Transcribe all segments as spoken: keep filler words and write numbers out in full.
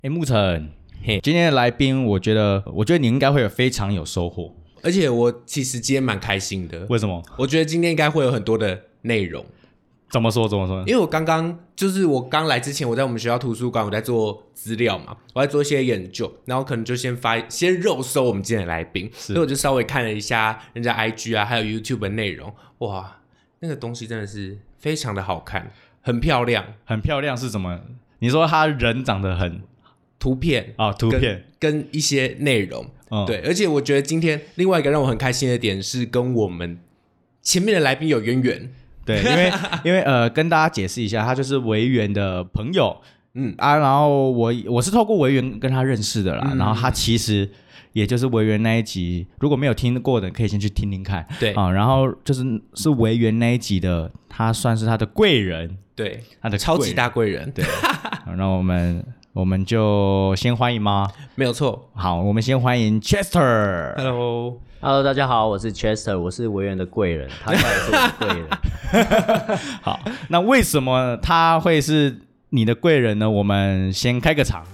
哎，牧晨，今天的来宾，我觉得，我觉得你应该会有非常有收获， 而且我其实今天蛮开心的。 为什么？ 我觉得今天应该会有很多的内容。 怎么说？怎么说？ 因为我刚刚就是我刚来之前，我在我们学校图书馆，我在做资料嘛，我在做一些研究，然后可能就先发先肉搜我们今天的来宾，所以我就稍微看了一下人家 I G 啊，还有 YouTube 的内容，哇，那个东西真的是非常的好看，很漂亮， 很漂亮是什么？你说他人长得很图片啊、哦，图片跟, 跟一些内容、 嗯， 对，而且我觉得今天另外一个让我很开心的点是跟我们前面的来宾有渊源。 对，因为因为呃，跟大家解释一下，他就是维园的朋友，嗯啊，然后我我是透过维园跟他认识的啦，嗯、然后他其实也就是维园那一集，如果没有听过的，可以先去听听看， 对啊，然后就是是维园那一集的，他算是他的贵人， 对， 他的超级大贵人， 对，那我们我们就先欢迎吗？ 没有错， 好，我们先欢迎 Chester。Hello。 Hello， 大家好，我是 Chester， 我是维园的贵人，他才是我的贵人。 好，那为什么他会是你的贵人呢？我们先开个场。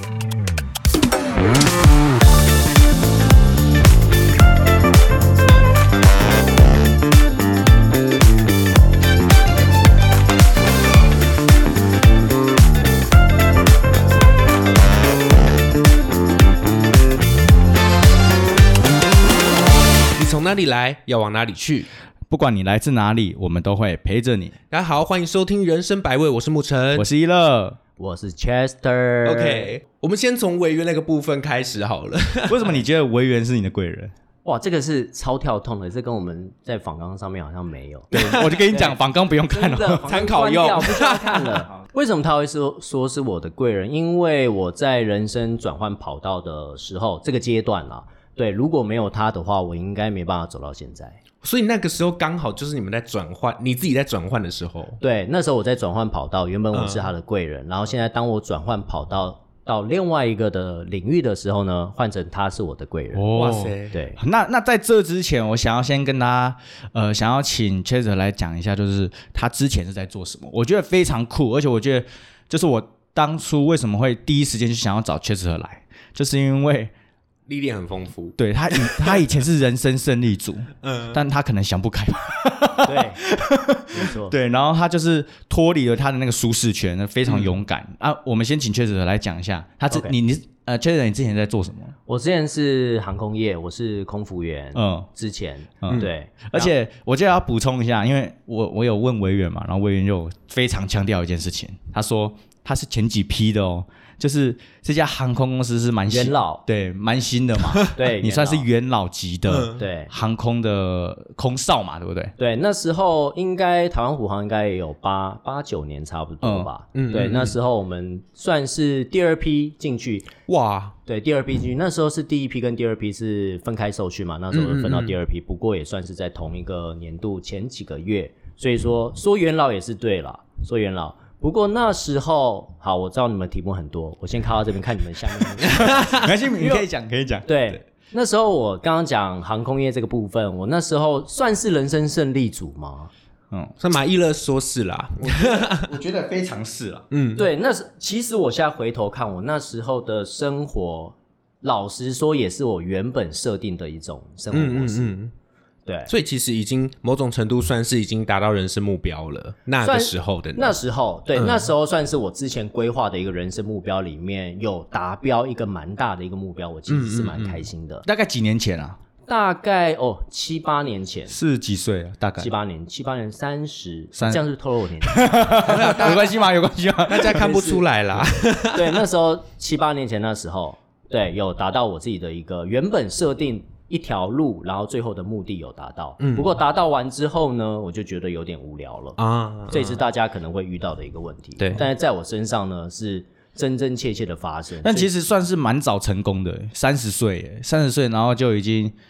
从哪里来，要往哪里去？ 不管你来自哪里，我们都会陪着你。 大家好，欢迎收听人生百味，我是沐晨， 我是一乐， 我是 Chester。 OK， 我们先从维园那个部分开始好了。 为什么你觉得维园是你的贵人？ 哇，这个是超跳痛的，这跟我们在访纲上面好像没有。 对，我就跟你讲，访纲不用看了， 参考用， 不需要看了。为什么他会说说是我的贵人？因为我在人生转换跑道的时候，这个阶段啦。对，如果没有他的话，我应该没办法走到现在。 所以那个时候刚好就是你们在转换，你自己在转换的时候。 对，那时候我在转换跑道，原本我是他的贵人，嗯、然后现在当我转换跑道到另外一个的领域的时候呢，换成他是我的贵人。 哦、 哇塞， 对。 那那在这之前，我想要先跟他呃，想要请 Chester 来讲一下，就是他之前是在做什么？我觉得非常酷，而且我觉得就是我当初为什么会第一时间就想要找 Chester 来，就是因为。 历练很丰富， 对他以他以前是人生胜利组，嗯，但他可能想不开吧， 对，没错， 对，然后他就是脱离了他的那个舒适圈，非常勇敢、嗯、啊。我们先请 Chester 来讲一下，他这、okay. 你你呃 Chester 你之前在做什么？ 我之前是航空业，我是空服员，嗯，之前，嗯，对， 而且我就要补充一下，因为我我有问维园嘛，然后维园就非常强调一件事情，他说他是前几批的哦。就是这家航空公司是蛮新， 元老， 对，蛮新的嘛， 对， 你算是元老级的， 嗯、对， 航空的空少嘛，对不对？ 对，那时候应该台湾虎航应该也有八八九年差不多吧，嗯，对，嗯、那时候我们算是第二批进去， 哇， 对，第二批进去，那时候是第一批跟第二批是分开受训嘛，那时候分到第二批，嗯嗯嗯不过也算是在同一个年度前几个月，所以说说元老也是对啦，说元老。不过那时候，好，我知道你们题目很多，我先看到这边看你们下面。 没关系，你可以讲，可以讲。 对，对那时候我刚刚讲航空业这个部分，我那时候算是人生胜利组吗？ 嗯，算马一乐说是啦， 我觉得, 我觉得非常是啦。 嗯，对，那是其实我现在回头看，我那时候的生活，老实说也是我原本设定的一种生活模式。嗯嗯嗯对， 所以其实已经某种程度算是已经达到人生目标了。那个时候的那时候，对、嗯，那时候算是我之前规划的一个人生目标里面有达标一个蛮大的一个目标，我其实是蛮开心的。嗯嗯嗯大概几年前啊？ 大概哦七八年前。 是几岁啊？大概七八年，七八年三十，这样是透露我年纪。 有关系吗？有关系吗？ 大家看不出来啦。 对，那时候七八年前那时候，对，有达到我自己的一个原本设定。一条路，然后最后的目的有达到、嗯、不过达到完之后呢，我就觉得有点无聊了啊，这也是大家可能会遇到的一个问题。对，但是在我身上呢是真真切切的发生。 但其实算是蛮早成功的，三十岁，三十岁然后就已经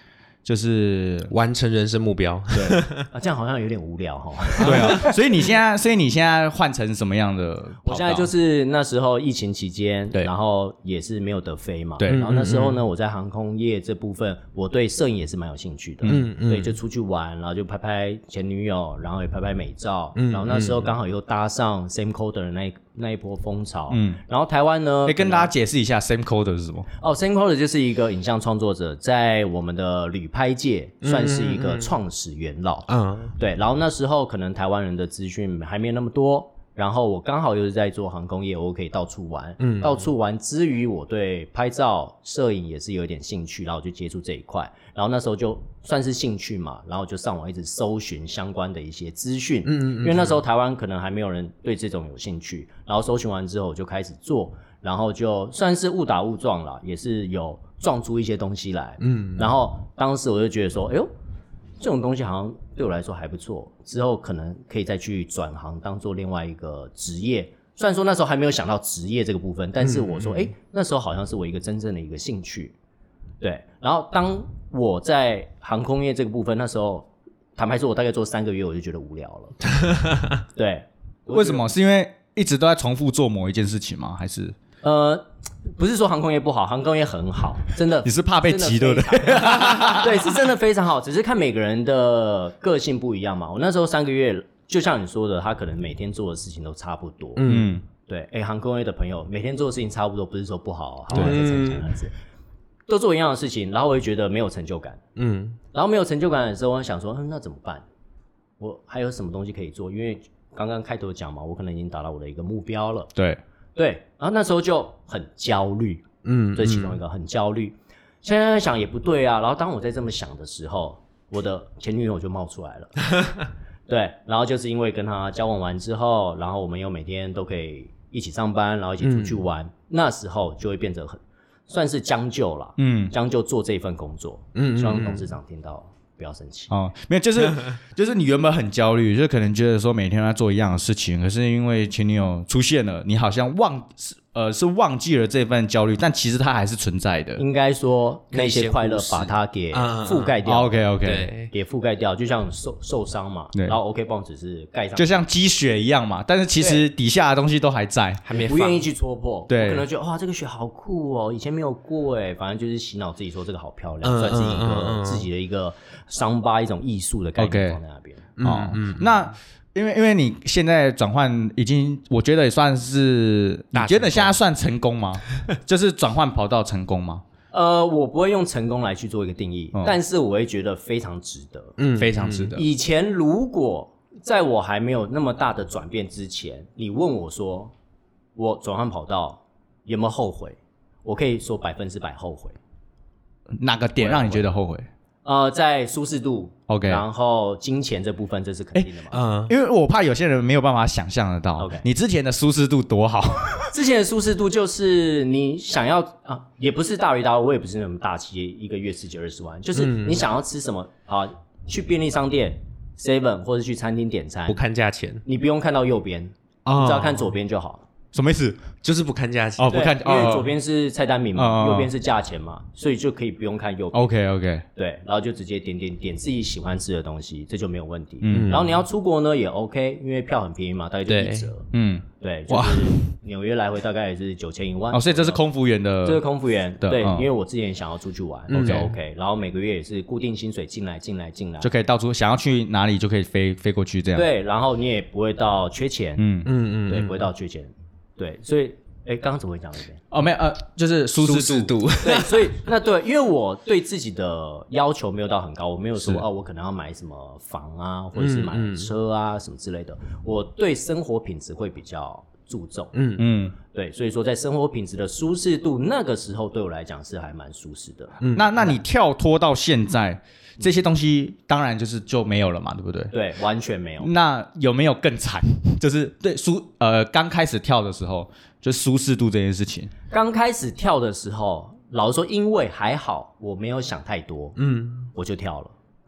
就是完成人生目标。 对啊，这样好像有点无聊哈。 对啊，所以你现在，所以你现在换成什么样的跑道？ 我现在就是那时候疫情期间， 对， 然后也是没有得飞嘛， 对。 然后那时候呢，嗯、我在航空业这部分，我对摄影也是蛮有兴趣的，嗯嗯，对，就出去玩，然后就拍拍前女友，然后也拍拍美照，嗯、然后那时候刚好又搭上 Sam Coder 的那一那一波风潮，嗯，然后台湾呢， 哎，跟大家解释一下 Sam Coder 是什么？ 哦 ，Sam Coder 就是一个影像创作者，在我们的旅拍界算是一个创始元老，嗯，对。然后那时候可能台湾人的资讯还没有那么多，然后我刚好又是在做航空业，我可以到处玩，嗯，到处玩之余，我对拍照、摄影也是有一点兴趣，然后就接触这一块。然后那时候就算是兴趣嘛，然后就上网一直搜寻相关的一些资讯，嗯嗯嗯，因为那时候台湾可能还没有人对这种有兴趣，然后搜寻完之后我就开始做。然后就算是误打误撞啦，也是有撞出一些东西来，嗯，然后当时我就觉得说，哎呦，这种东西好像对我来说还不错，之后可能可以再去转行当做另外一个职业。虽然说那时候还没有想到职业这个部分，但是我说，哎、嗯嗯，那时候好像是我一个真正的一个兴趣，对。然后当我在航空业这个部分，那时候坦白说，我大概做三个月我就觉得无聊了，对。 为什么？是因为一直都在重复做某一件事情吗？还是？ 呃，不是说航空业不好，航空业很好，真的。 你是怕被急对不对？ 对，是真的非常好，只是看每个人的个性不一样嘛。我那时候三个月，就像你说的，他可能每天做的事情都差不多。嗯，对。哎，航空业的朋友每天做的事情差不多，不是说不好，好，我再澄清一次，都做一样的事情，然后我会觉得没有成就感。嗯，然后没有成就感的时候，我想说，嗯，那怎么办？我还有什么东西可以做？因为刚刚开头讲嘛，我可能已经达到我的一个目标了。 对。 对，然后那时候就很焦虑，嗯，这其中一个很焦虑。现在想也不对啊，然后当我在这么想的时候，我的前女友就冒出来了，对，然后就是因为跟她交往完之后，然后我们又每天都可以一起上班，然后一起出去玩，嗯、那时候就会变得很算是将就啦，嗯，将就做这份工作，嗯，希望董事长听到。不要生气哦，没有，就是就是你原本很焦虑，就可能觉得说每天都在做一样的事情，可是因为前女友出现了，你好像忘呃是忘记了这份焦虑，但其实它还是存在的。 应该说那些快乐把它给覆盖掉、 嗯、，OK OK， 给覆盖掉，就像受受伤嘛，然后 OK 棒只是盖上， 就像积雪一样嘛，但是其实底下的东西都还在， 还没不愿意去戳破。 对， 我可能觉得哇这个雪好酷哦，以前没有过哎，反正就是洗脑自己说这个好漂亮，嗯、算是一个、嗯、自己的一个伤疤，一种艺术的概念放在那边。 Okay. 哦，嗯，那。因为因为你现在转换已经，我觉得也算是，你觉得现在算成功吗？就是转换跑道成功吗？ 呃，我不会用成功来去做一个定义，嗯、但是我会觉得非常值得， 嗯，非常值得。 以前如果在我还没有那么大的转变之前，你问我说我转换跑道有没有后悔，我可以说百分之百后悔。 哪个点让你觉得后悔？ 呃，在舒适度 ，OK， 然后金钱这部分这是肯定的嘛？ 嗯，因为我怕有些人没有办法想象得到 ，OK， 你之前的舒适度多好。 之前的舒适度就是你想要啊，也不是大鱼大肉，我也不是那么大企业，一个月十几二十万，就是你想要吃什么啊，去便利商店 seven 或者去餐厅点餐， 不看价钱， 你不用看到右边，哦、你只要看左边就好。 什么意思？ 就是不看价钱哦，不看， 因为左边是菜单名嘛，哦、右边是价钱嘛，所以就可以不用看右边。 OK OK， 对，然后就直接点点点自己喜欢吃的东西，这就没有问题。嗯，然后你要出国呢也 OK， 因为票很便宜嘛，大概就一折。嗯，对，就是纽约来回大概也是九千一万。 哦，所以这是空服员的， 这是空服员的，对， 嗯、 因为我之前想要出去玩，嗯、就 OK， 然后每个月也是固定薪水进来进来进来， 就可以到处想要去哪里就可以飞飞过去这样。 对，然后你也不会到缺钱。嗯嗯嗯，对，不会到缺钱。对，所以。哎，刚刚怎么会讲那边？ 哦，没有，呃，就是舒适度。 对，所以那对，因为我对自己的要求没有到很高，我没有说哦，我可能要买什么房啊，或者是买车啊、嗯、什么之类的。我对生活品质会比较注重。嗯嗯，对，所以说在生活品质的舒适度，那个时候对我来讲是还蛮舒适的。 嗯，那那你跳脱到现在，这些东西当然就是就没有了嘛，对不对？ 对，完全没有。 那有没有更惨？就是对舒呃刚开始跳的时候。就舒适度这件事情， 刚开始跳的时候，老实说，因为还好我没有想太多，嗯，我就跳了。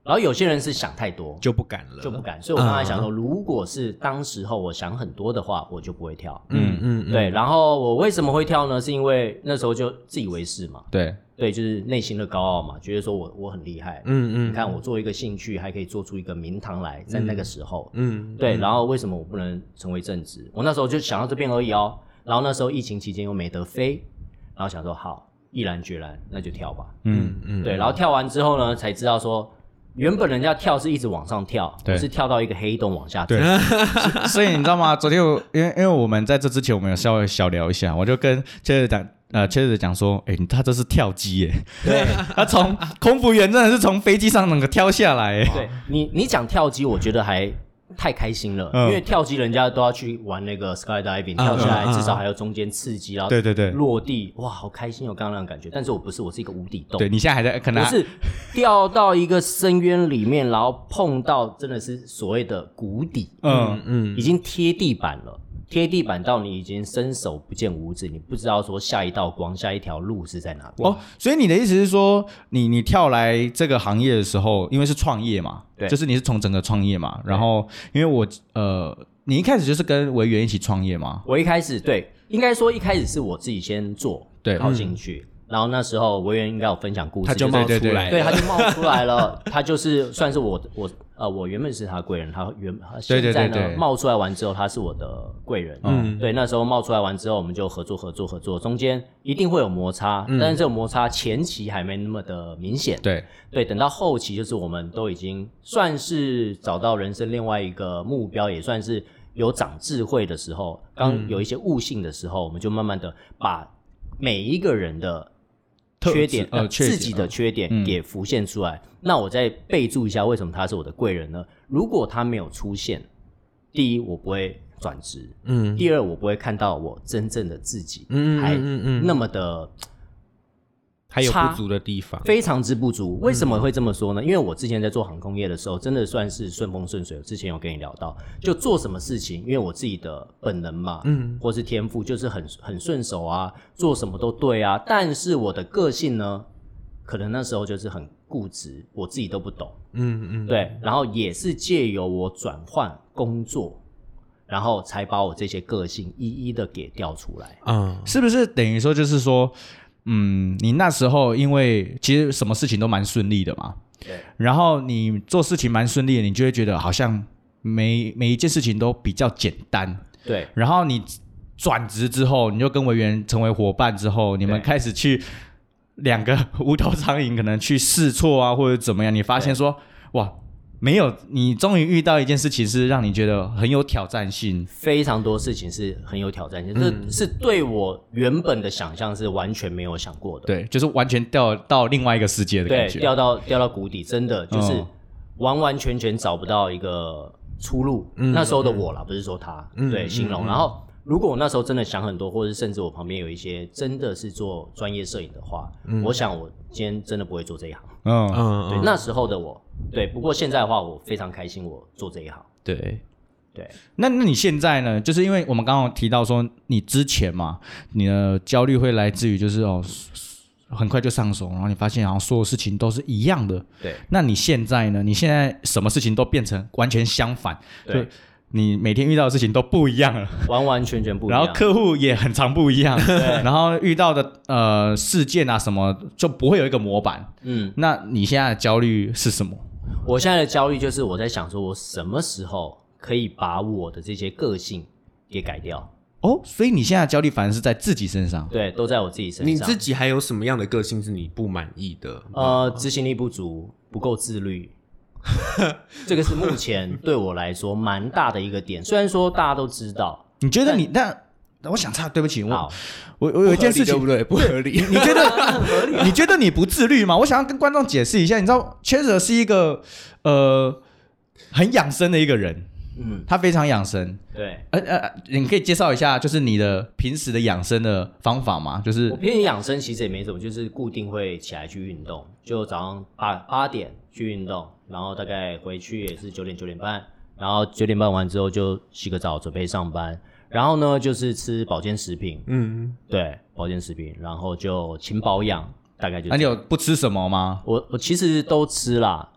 然后有些人是想太多就不敢了， 就不敢。所以我刚才想说，嗯、如果是当时候我想很多的话，我就不会跳。 嗯嗯嗯， 对。然后我为什么会跳呢？是因为那时候就自以为是嘛。 对对，就是内心的高傲嘛，觉得说我我很厉害。嗯嗯，你看我做一个兴趣，还可以做出一个名堂来，在那个时候。嗯，对。然后为什么我不能成为正职？我那时候就想到这边而已哦。然后那时候疫情期间又没得飞，然后想说好，毅然决然，那就跳吧。嗯嗯，对。然后跳完之后呢，才知道说。原本人家跳是一直往上跳，我是跳到一个黑洞往下跳。 对，所以你知道吗？昨天我因为因为我们在这之前我们有稍微小聊一下，我就跟切子讲呃切子讲说，哎、欸，他这是跳机耶， 对， 他从空服员真的是从飞机上那个跳下来耶。 对你你讲跳机，我觉得还。太开心了、嗯，因为跳机人家都要去玩那个 skydiving，、嗯、跳下来、嗯、至少还有中间刺激，然后对对对落地，哇，好开心有刚刚那种感觉。但是我不是，我是一个无底洞。 对你现在还在可能我是掉到一个深渊里面，然后碰到真的是所谓的谷底，嗯嗯，已经贴地板了。贴地板到你已经伸手不见五指，你不知道说下一道光、下一条路是在哪里。 哦，所以你的意思是说，你你跳来这个行业的时候，因为是创业嘛， 对， 就是你是从整个创业嘛，然后因为我呃，你一开始就是跟维园一起创业吗？ 我一开始对，应该说一开始是我自己先做， 对， 靠进去。嗯然后那时候维园应该有分享故事， 他就冒出来了， 对, 对, 对，他就冒出来了，他就是算是我我呃我原本是他贵人，他原现在呢对对对对冒出来完之后，他是我的贵人，嗯，对，那时候冒出来完之后，我们就合作合作合作，中间一定会有摩擦，嗯、但是这种摩擦前期还没那么的明显， 对对，等到后期就是我们都已经算是找到人生另外一个目标，也算是有长智慧的时候，刚有一些悟性的时候，我们就慢慢的把每一个人的缺点、呃、自己的缺点给浮现出来、嗯、那我再备注一下为什么他是我的贵人呢？如果他没有出现，第一我不会转职，嗯，第二我不会看到我真正的自己，嗯，还那么的还有不足的地方， 非常之不足。为什么会这么说呢？因为我之前在做航空业的时候，真的算是顺风顺水。我之前有跟你聊到，就做什么事情，因为我自己的本能嘛，嗯，或是天赋，就是很很顺手啊，做什么都对啊。但是我的个性呢，可能那时候就是很固执，我自己都不懂，嗯嗯，对。然后也是借由我转换工作，然后才把我这些个性一一的给调出来。 嗯，是不是等于说就是说？嗯，你那时候因为其实什么事情都蛮顺利的嘛， 对， 然后你做事情蛮顺利的，你就会觉得好像每每一件事情都比较简单， 对， 然后你转职之后，你就跟维园成为伙伴之后，你们开始去两个无头苍蝇可能去试错啊，或者怎么样，你发现说哇。没有，你终于遇到一件事情是让你觉得很有挑战性， 非常多事情是很有挑战性，这、嗯、是对我原本的想象是完全没有想过的。 对，就是完全掉到另外一个世界的感觉， 对，掉到掉到谷底，真的就是完完全全找不到一个出路。嗯、那时候的我啦，嗯、不是说他，嗯、对，形容。嗯、然后，如果我那时候真的想很多，或者甚至我旁边有一些真的是做专业摄影的话，嗯、我想我今天真的不会做这一行。嗯嗯，对，那时候的我，对，不过现在的话，我非常开心，我做这一行。 对， 对。 那那你现在呢？就是因为我们刚刚提到说，你之前嘛，你的焦虑会来自于就是哦，很快就上手，然后你发现好像所有事情都是一样的。 对。 那你现在呢？你现在什么事情都变成完全相反。 对。 你每天遇到的事情都不一样了， 完完全全不一样。 然后客户也很常不一样，对。然后遇到的呃事件啊什么就不会有一个模板。嗯，那你现在的焦虑是什么？ 我现在的焦虑就是我在想说，我什么时候可以把我的这些个性给改掉？ 哦，所以你现在的焦虑反而是在自己身上？ 对，都在我自己身上。 你自己还有什么样的个性是你不满意的？ 呃，执行力不足，不够自律。这个是目前对我来说蛮大的一个点，虽然说大家都知道。 你觉得你那我想插，对不起，我我我有一件事情对不对？不合理。 你觉得你觉得你不自律吗？我想要跟观众解释一下，你知道 Chester 是一个呃很养生的一个人。嗯，他非常养生， 对， 呃呃，你可以介绍一下，就是你的平时的养生的方法吗？就是我平时养生其实也没什么，就是固定会起来去运动，就早上八八点去运动，然后大概回去也是九点九点半，然后九点半完之后就洗个澡准备上班，然后呢就是吃保健食品，嗯，对，保健食品，然后就勤保养，大概就。 那、啊、你有不吃什么吗？ 我我其实都吃啦。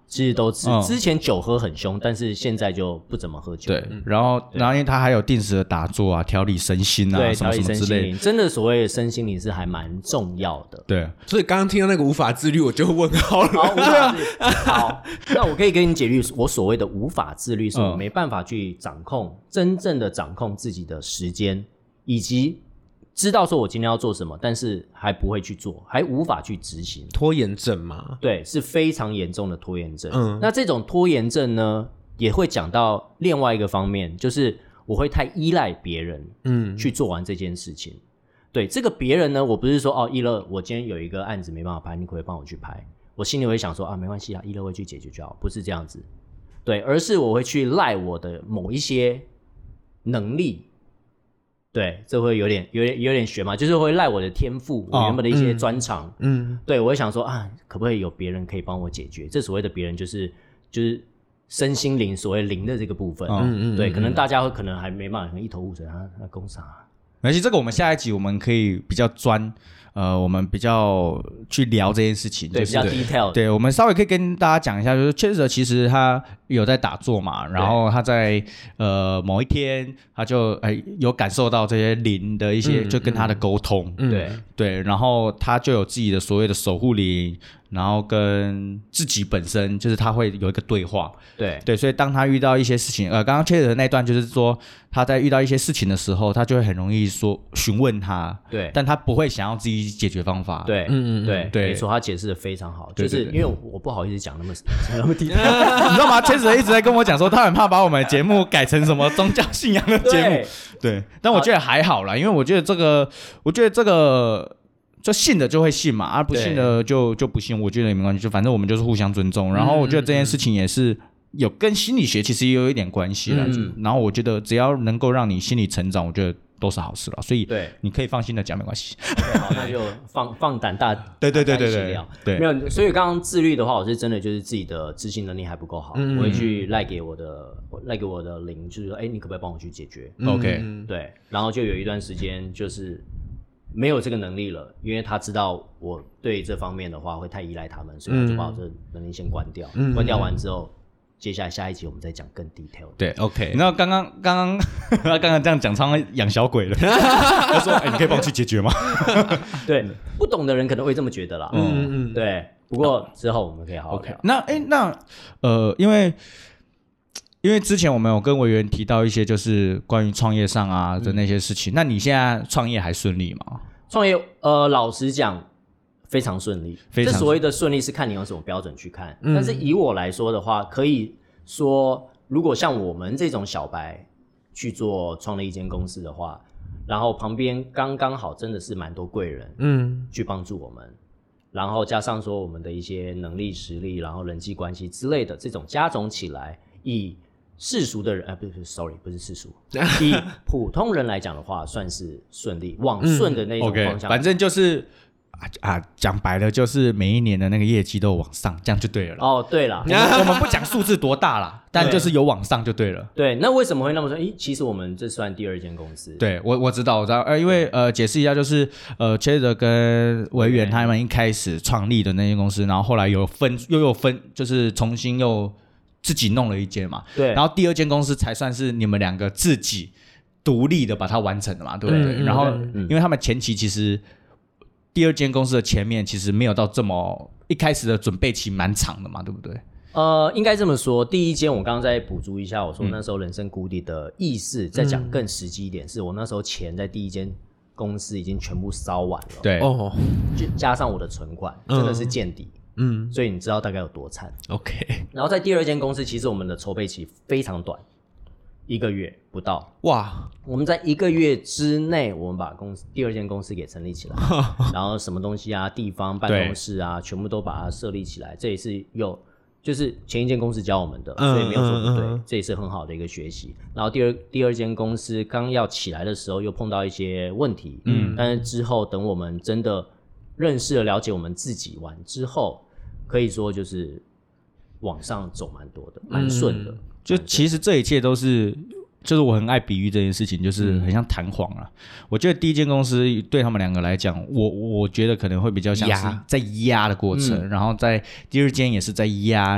其实都吃、 嗯、 之前酒喝很凶，但是现在就不怎么喝酒。 对，然后然后因为他还有定时的打坐啊，调理身心啊， 对， 什么什么之类的， 真的所谓的身心灵是还蛮重要的。 对， 所以刚刚听到那个无法自律，我就问号了。 好，无法自律。好，那我可以跟你解律，我所谓的无法自律，是我没办法去掌控、嗯、真正的掌控自己的时间，以及知道说我今天要做什么，但是还不会去做，还无法去执行。 拖延症嘛？ 对，是非常严重的拖延症。嗯，那这种拖延症呢，也会讲到另外一个方面，就是我会太依赖别人，嗯，去做完这件事情。嗯、对，这个别人呢，我不是说哦，一乐，我今天有一个案子没办法拍，你可不可以帮我去拍？我心里会想说啊，没关系啊，一乐会去解决就好，不是这样子。对，而是我会去赖我的某一些能力。对，这会有点有点有点悬嘛，就是会赖我的天赋，我原本的一些专长，嗯，嗯对，我会想说啊，可不可以有别人可以帮我解决？这所谓的别人就是就是身心灵所谓灵的这个部分，嗯嗯，对，可能大家会可能还没办法，可能一头雾水啊，那公啥？ 没关系，这个我们下一集我们可以比较专。呃，我们比较去聊这件事情， 对， 就是、 比较 detail。 对，我们稍微可以跟大家讲一下，就是确实其实他有在打坐嘛，然后他在呃某一天他就哎有感受到这些灵的一些，嗯、就跟他的沟通， 嗯、对对，然后他就有自己的所谓的守护灵，然后跟自己本身就是他会有一个对话， 对对，所以当他遇到一些事情，呃，刚刚确实的那段就是说他在遇到一些事情的时候，他就会很容易说询问他， 对， 但他不会想要自己解决方法， 对，嗯嗯对对， 没错，他解释的非常好， 对就是因为我不好意思讲那么那么低，你知道吗？确实一直在跟我讲说，他很怕把我们的节目改成什么宗教信仰的节目，对，对，但我觉得还好啦，因为我觉得这个，我觉得这个。就信的就会信嘛，而、啊、不信的就就不信，我觉得也没关系，就反正我们就是互相尊重。然后我觉得这件事情也是有跟心理学其实也有一点关系啦、嗯、然后我觉得只要能够让你心理成长，我觉得都是好事了。所以你可以放心的讲，没关系。 Okay, 好，那就放放胆大， 对对对对对对， 没有。所以刚刚自律的话，我是真的就是自己的执行能力还不够好，嗯、我会去赖给我的赖给我的灵，就是说，哎，你可不可以帮我去解决 ？OK，、 嗯、对，然后就有一段时间就是没有这个能力了，因为他知道我对这方面的话会太依赖他们，所以他就把我这能力先关掉。嗯、关掉完之后，接下来下一集我们再讲更 detail。 对 ，OK。你知道刚刚刚刚他刚刚这样讲，常常养小鬼了。他说：“哎、欸，你可以帮我去解决吗？” 对，不懂的人可能会这么觉得啦。嗯嗯，对。不过之后我们可以好好聊。 Okay. 那哎、欸，那呃，因为。因为之前我们有跟委员提到一些就是关于创业上啊的那些事情，嗯、那你现在创业还顺利吗？ 创业呃，老实讲非常顺利。非常这所谓的顺利是看你用什么标准去看，嗯、但是以我来说的话，可以说如果像我们这种小白去做创立一间公司的话，然后旁边刚刚好真的是蛮多贵人，嗯，去帮助我们。然后加上说我们的一些能力、实力，然后人际关系之类的，这种加总起来，以世俗的人，呃，不是 ，sorry， 不是世俗，以普通人来讲的话，算是顺利，往顺的那种方向。 嗯 okay, 反正就是啊，讲白了就是每一年的那个业绩都有往上，这样就对了啦。 哦，对了， 我们我们不讲数字多大啦，但就是有往上就对了。 对，那为什么会那么说？诶，其实我们这算第二间公司。 对，我我知道，我知道，呃，因为呃，解释一下，就是呃 Chaser 跟维园他们一开始创立的那间公司，然后后来有分，又有分，就是重新又。自己弄了一间嘛， 对， 然后第二间公司才算是你们两个自己独立的把它完成的嘛，对不对？嗯、然后、嗯、因为他们前期其实第二间公司的前面其实没有到这么一开始的准备期蛮长的嘛，对不对？ 呃，应该这么说，第一间我刚刚再补足一下，我说那时候人生谷底的意思，嗯、再讲更实际一点，是我那时候钱在第一间公司已经全部烧完了， 对，哦， 就加上我的存款，真的是见底。嗯嗯，所以你知道大概有多惨 ？OK。 然后在第二间公司，其实我们的筹备期非常短，一个月不到。哇！我们在一个月之内，我们把公司第二间公司给成立起来，然后什么东西啊，地方办公室啊，全部都把它设立起来。这也是有，就是前一间公司教我们的，所以没有说不对，嗯嗯嗯这也是很好的一个学习。然后第二第二间公司刚要起来的时候，又碰到一些问题，嗯，但是之后等我们真的认识了、了解我们自己完之后。可以说就是往上走蛮多的，蛮顺的。 嗯、就其实这一切都是，就是我很爱比喻这件事情，就是很像弹簧啦。嗯、我觉得第一间公司对他们两个来讲，我我觉得可能会比较像是在压的过程，嗯、然后在第二间也是在压，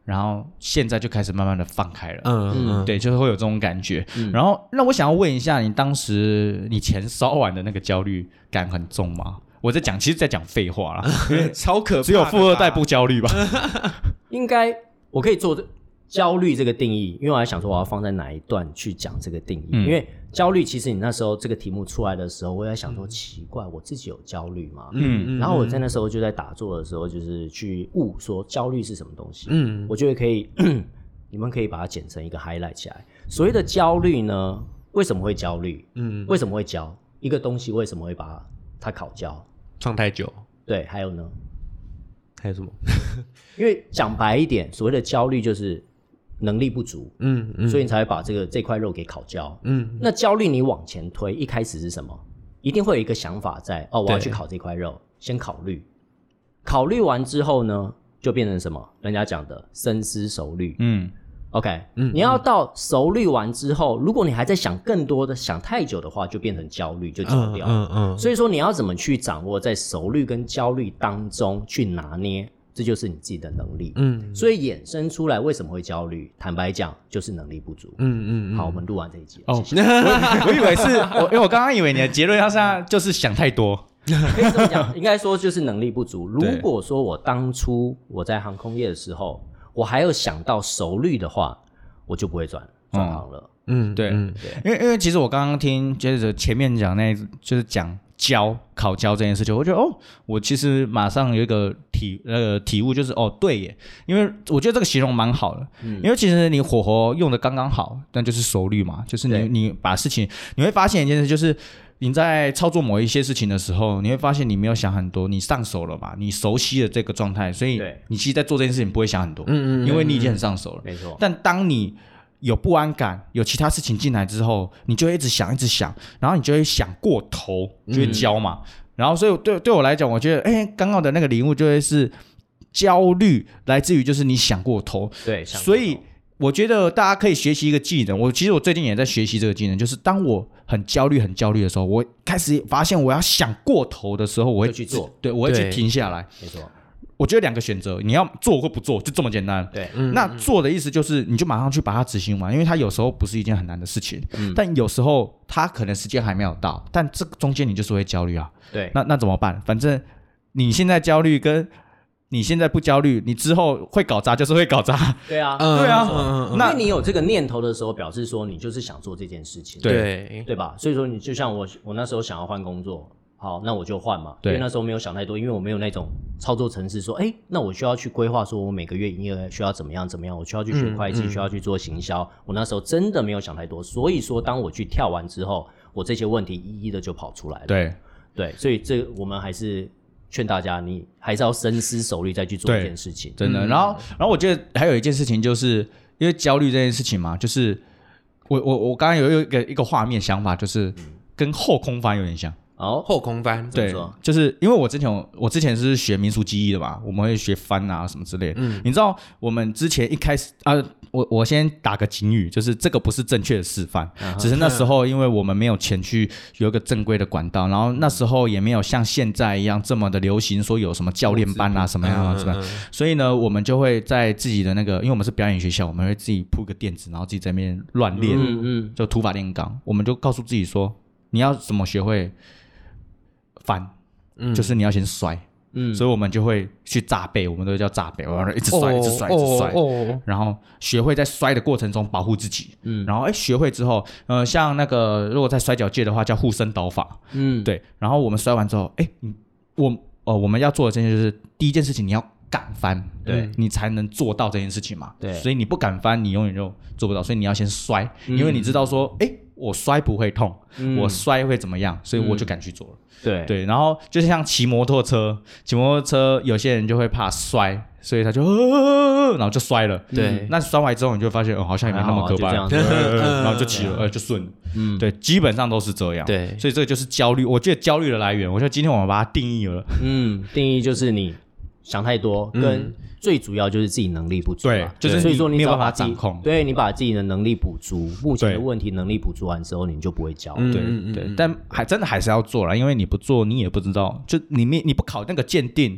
然后现在就开始慢慢的放开了。 嗯嗯， 对，就是会有这种感觉。嗯、然后，那我想要问一下，你当时你钱烧完的那个焦虑感很重吗？我在讲，其实在讲废话啦，因为超可怕， 只有富二代不焦虑吧？ 应该我可以做焦虑这个定义，因为我还想说我要放在哪一段去讲这个定义。嗯、因为焦虑，其实你那时候这个题目出来的时候，我也在想说，奇怪，我自己有焦虑吗？嗯，然后我在那时候就在打坐的时候，就是去悟说焦虑是什么东西。嗯，我觉得可以，你们可以把它剪成一个 highlight 起来。所谓的焦虑呢，为什么会焦虑？嗯，为什么会焦？一个东西为什么会把它烤焦？ 放太久。 对，还有呢？ 还有什么？ 因为讲白一点，所谓的焦虑就是能力不足，嗯嗯，所以你才会把这个这块肉给烤焦，嗯。那焦虑你往前推，一开始是什么？一定会有一个想法在，哦，我要去烤这块肉，先考虑，考虑完之后呢，就变成什么？人家讲的深思熟虑，嗯。OK，嗯，你要到熟虑完之后，如果你还在想更多的，想太久的话，就变成焦虑，就焦掉了。嗯 嗯, 嗯。所以说，你要怎么去掌握在熟虑跟焦虑当中去拿捏？这就是你自己的能力，嗯，所以衍生出来为什么会焦虑？坦白讲，就是能力不足，嗯嗯嗯。好，我们录完这一集，哦，谢谢。 我, 我以为是我，因为我刚刚以为你的结论要是就是想太多， 可以这么讲，应该说就是能力不足。如果说我当初我在航空业的时候，我还有想到熟虑的话，我就不会转转行了。 嗯，对，嗯对，因为因为其实我刚刚听接着前面讲那，就是讲。焦烤焦这件事情，我觉得哦，我其实马上有一个体那个体悟，就是哦，对耶，因为我觉得这个形容蛮好的，嗯，因为其实你火候用的刚刚好，那就是熟虑嘛，就是你你把事情，你会发现一件事，就是你在操作某一些事情的时候，你会发现你没有想很多，你上手了嘛，你熟悉了这个状态，所以你其实在做这件事情不会想很多，嗯 嗯, 嗯，因为你已经很上手了， 没错。 但当你有不安感，有其他事情进来之后，你就会一直想一直想，然后你就会想过头，就会焦嘛、嗯、然后所以对对我来讲，我觉得哎，刚刚的那个领悟就会是焦虑来自于就是你想过头， 对， 所以我觉得大家可以学习一个技能，我其实我最近也在学习这个技能，就是当我很焦虑很焦虑的时候，我开始发现我要想过头的时候，我会去做， 对，我会去停下来， 没错。 我觉得两个选择，你要做或不做，就这么简单。 对， 嗯、那做的意思就是，你就马上去把它执行完，因为它有时候不是一件很难的事情，嗯、但有时候它可能时间还没有到，但这中间你就是会焦虑啊。 对， 那那怎么办？反正你现在焦虑跟你现在不焦虑，你之后会搞砸就是会搞砸。 对啊， 嗯、对啊，嗯、 因为你有这个念头的时候，表示说你就是想做这件事情， 对对吧？所以说你就像我，我那时候想要换工作。好，那我就换嘛，因为那时候没有想太多，因为我没有那种操作程式说，哎，那我需要去规划，说我每个月营业额需要怎么样怎么样，我需要去学会计，嗯嗯、需要去做行销。我那时候真的没有想太多，所以说当我去跳完之后，我这些问题一一的就跑出来了。 对对，所以这我们还是劝大家，你还是要深思熟虑再去做一件事情。 真的，然后然后我觉得还有一件事情，就是因为焦虑这件事情嘛，就是我我我刚刚有一个一个画面想法，就是跟后空翻有点像。 哦，后空翻， 对，就是因为我之前我之前是学民俗记忆的嘛，我们会学翻啊什么之类的。嗯，你知道我们之前一开始啊，我我先打个警语，就是这个不是正确的示范，嗯、只是那时候因为我们没有钱去有一个正规的管道，然后那时候也没有像现在一样这么的流行，说有什么教练班啊什么样啊什么，所以呢，我们就会在自己的那个，因为我们是表演学校，我们会自己铺个垫子，然后自己在那边乱练，嗯嗯，就土法炼钢，我们就告诉自己说，你要怎么学会。翻，嗯、就是你要先摔，嗯，所以我们就会去炸背，我们都叫炸背，然后一直摔，哦、一直摔，一直摔，哦、然后学会在摔的过程中保护自己，嗯，然后哎，学会之后，呃，像那个如果在摔跤界的话叫护身倒法，嗯，对，然后我们摔完之后，哎，我呃我们要做的这件事就是第一件事情，你要敢翻，对，你才能做到这件事情嘛，对，所以你不敢翻，你永远就做不到，所以你要先摔，嗯、因为你知道说，哎。我摔不会痛，嗯、我摔会怎么样？所以我就敢去做了。 嗯、对对，然后就是像骑摩托车，骑摩托车有些人就会怕摔，所以他就、呃、然后就摔了。对，嗯、那摔完之后你就发现，哦，好像也没那么可怕，然后就骑了，呃，就顺了。嗯，对，基本上都是这样。对，所以这个就是焦虑。我觉得焦虑的来源，我觉得今天我们把它定义了。 嗯，定义就是你想太多，跟、嗯。最主要就是自己能力不足， 对，就是所以说你没有办法掌控， 对，你把自己的能力补足，目前的问题能力补足完之后，你就不会焦。 对对，但还真的还是要做啦，因为你不做，你也不知道，就你你不考那个鉴定，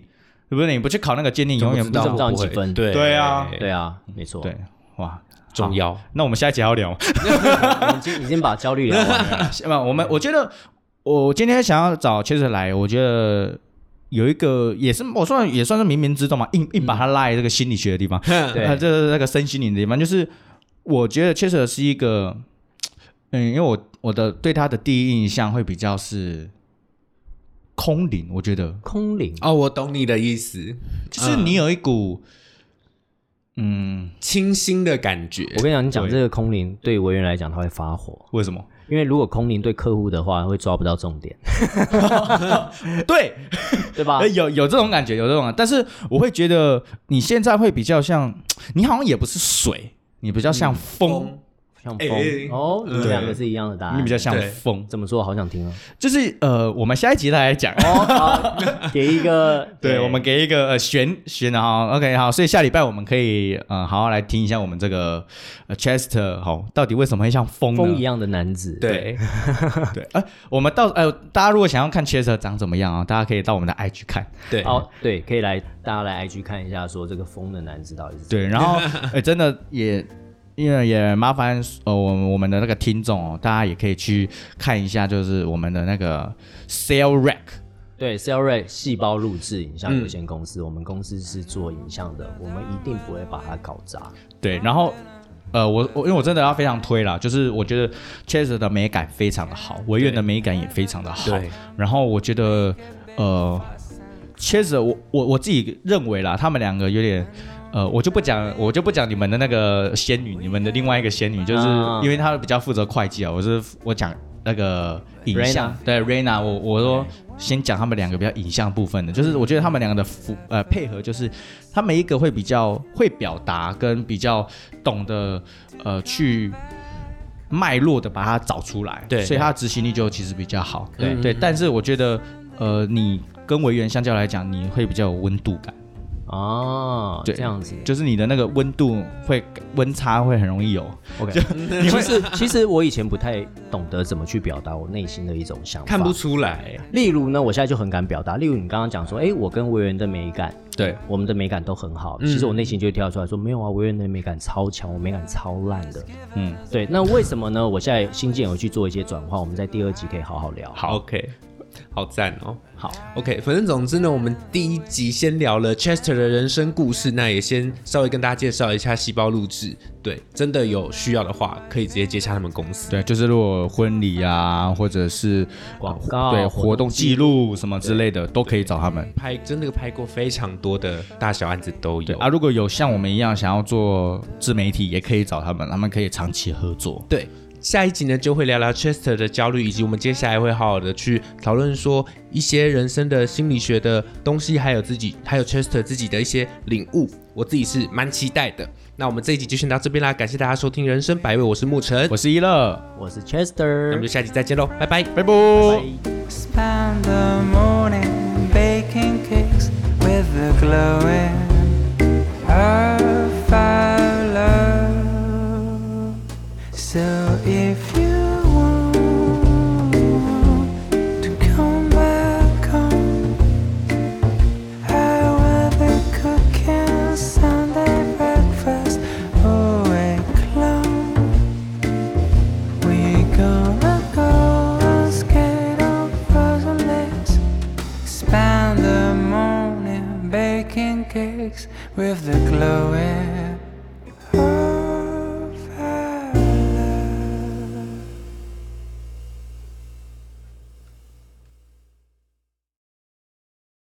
对不对？你不去考那个鉴定，永远不知道怎么知道你几分？ 对对啊， 对啊，没错。 对，哇， 重要。 那我们下一集还要聊， 我们已经已经把焦虑聊完了。 不，我们我觉得我今天想要找 Chester 来，我觉得有一个也是我算也算是冥冥之中嘛，硬硬把他拉来这个心理学的地方， 对呃，这是那个身心灵的地方，就是我觉得 Chester 是一个，嗯，因为我我的对他的第一印象会比较是空灵，我觉得空灵哦，我懂你的意思， 就是你有一股。嗯， 清新的感觉。 我跟你讲，你讲这个空灵对委员来讲他会发火， 为什么？ 因为如果空灵对客户的话，会抓不到重点， 对对吧？ 有有这种感觉，有这种感觉，但是我会觉得你现在会比较像，你好像也不是水，你比较像风。 风像风、 欸、 哦，你们两个是一样的答案。 你比较像风， 怎么说？好想听哦。 就是呃，我们下一集再来讲。 哦，好，给一个， 对，我们给一个呃悬悬的哈。OK， 好，所以下礼拜我们可以呃好好来听一下我们这个呃 Chester 好，到底为什么会像风呢？ 风一样的男子。 对对，呃，我们到呃，大家如果想要看 Chester 长怎么样啊，大家可以到我们的 I G 看。 对， 好，对，可以来大家来 I G 看一下，说这个风的男子到底是对，然后呃，真的也。因为也麻烦呃我我们的那个听众哦，大家也可以去看一下，就是我们的那个 CellRec， 对 CellRec 细胞录制影像有限公司、嗯，我们公司是做影像的，我们一定不会把它搞砸。 对，然后呃我我因为我真的要非常推啦，就是我觉得 Chester 的美感非常的好，维园的美感也非常的好，对，然后我觉得呃 Chester 我我我自己认为啦，他们两个有点。呃，我就不讲，我就不讲你们的那个仙女，你们的另外一个仙女，就是因为她比较负责会计啊。我是我讲那个影像， Raina 对 Raina， 我我说先讲他们两个比较影像部分的，就是我觉得他们两个的符呃配合，就是他们一个会比较会表达，跟比较懂得呃去脉络的把它找出来，对，所以他的执行力就其实比较好，对、嗯、对。但是我觉得呃，你跟维园相较来讲，你会比较有温度感。 哦，这样子， 就是你的那个温度会温差会很容易有。 OK， 其实其实我以前不太懂得怎么去表达我内心的一种想法， 看不出来。 例如呢，我现在就很敢表达。例如你刚刚讲说，哎，我跟维园的美感， 对， 我们的美感都很好。其实我内心就会跳出来说，没有啊，维园的美感超强，我美感超烂的。嗯，对。那为什么呢？我现在新建有去做一些转换，我们在第二集可以好好聊。 好 ，OK。好赞哦！ 好 ，OK， 反正总之呢，我们第一集先聊了 Chester 的人生故事，那也先稍微跟大家介绍一下细胞录制。对，真的有需要的话，可以直接接洽他们公司。 对，就是如果婚礼啊，或者是广告、 对活动记录什么之类的，都可以找他们拍。真的拍过非常多的大小案子都有啊。如果有像我们一样想要做自媒体，也可以找他们，他们可以长期合作。 对。下一集呢，就会聊聊 Chester 的焦虑，以及我们接下来会好好的去讨论说一些人生的心理学的东西，还有自己，还有 Chester 自己的一些领悟，我自己是蛮期待的。那我们这一集就先到这边啦，感谢大家收听人生百味，我是沐晨， 我是一乐， 我是 Chester， 那我们就下集再见喽，拜拜， 拜拜。 So if you want to come back home, I will be cooking Sunday breakfast all week long. We gonna go and skate on frozen lakes, spend the morning baking cakes with the glowing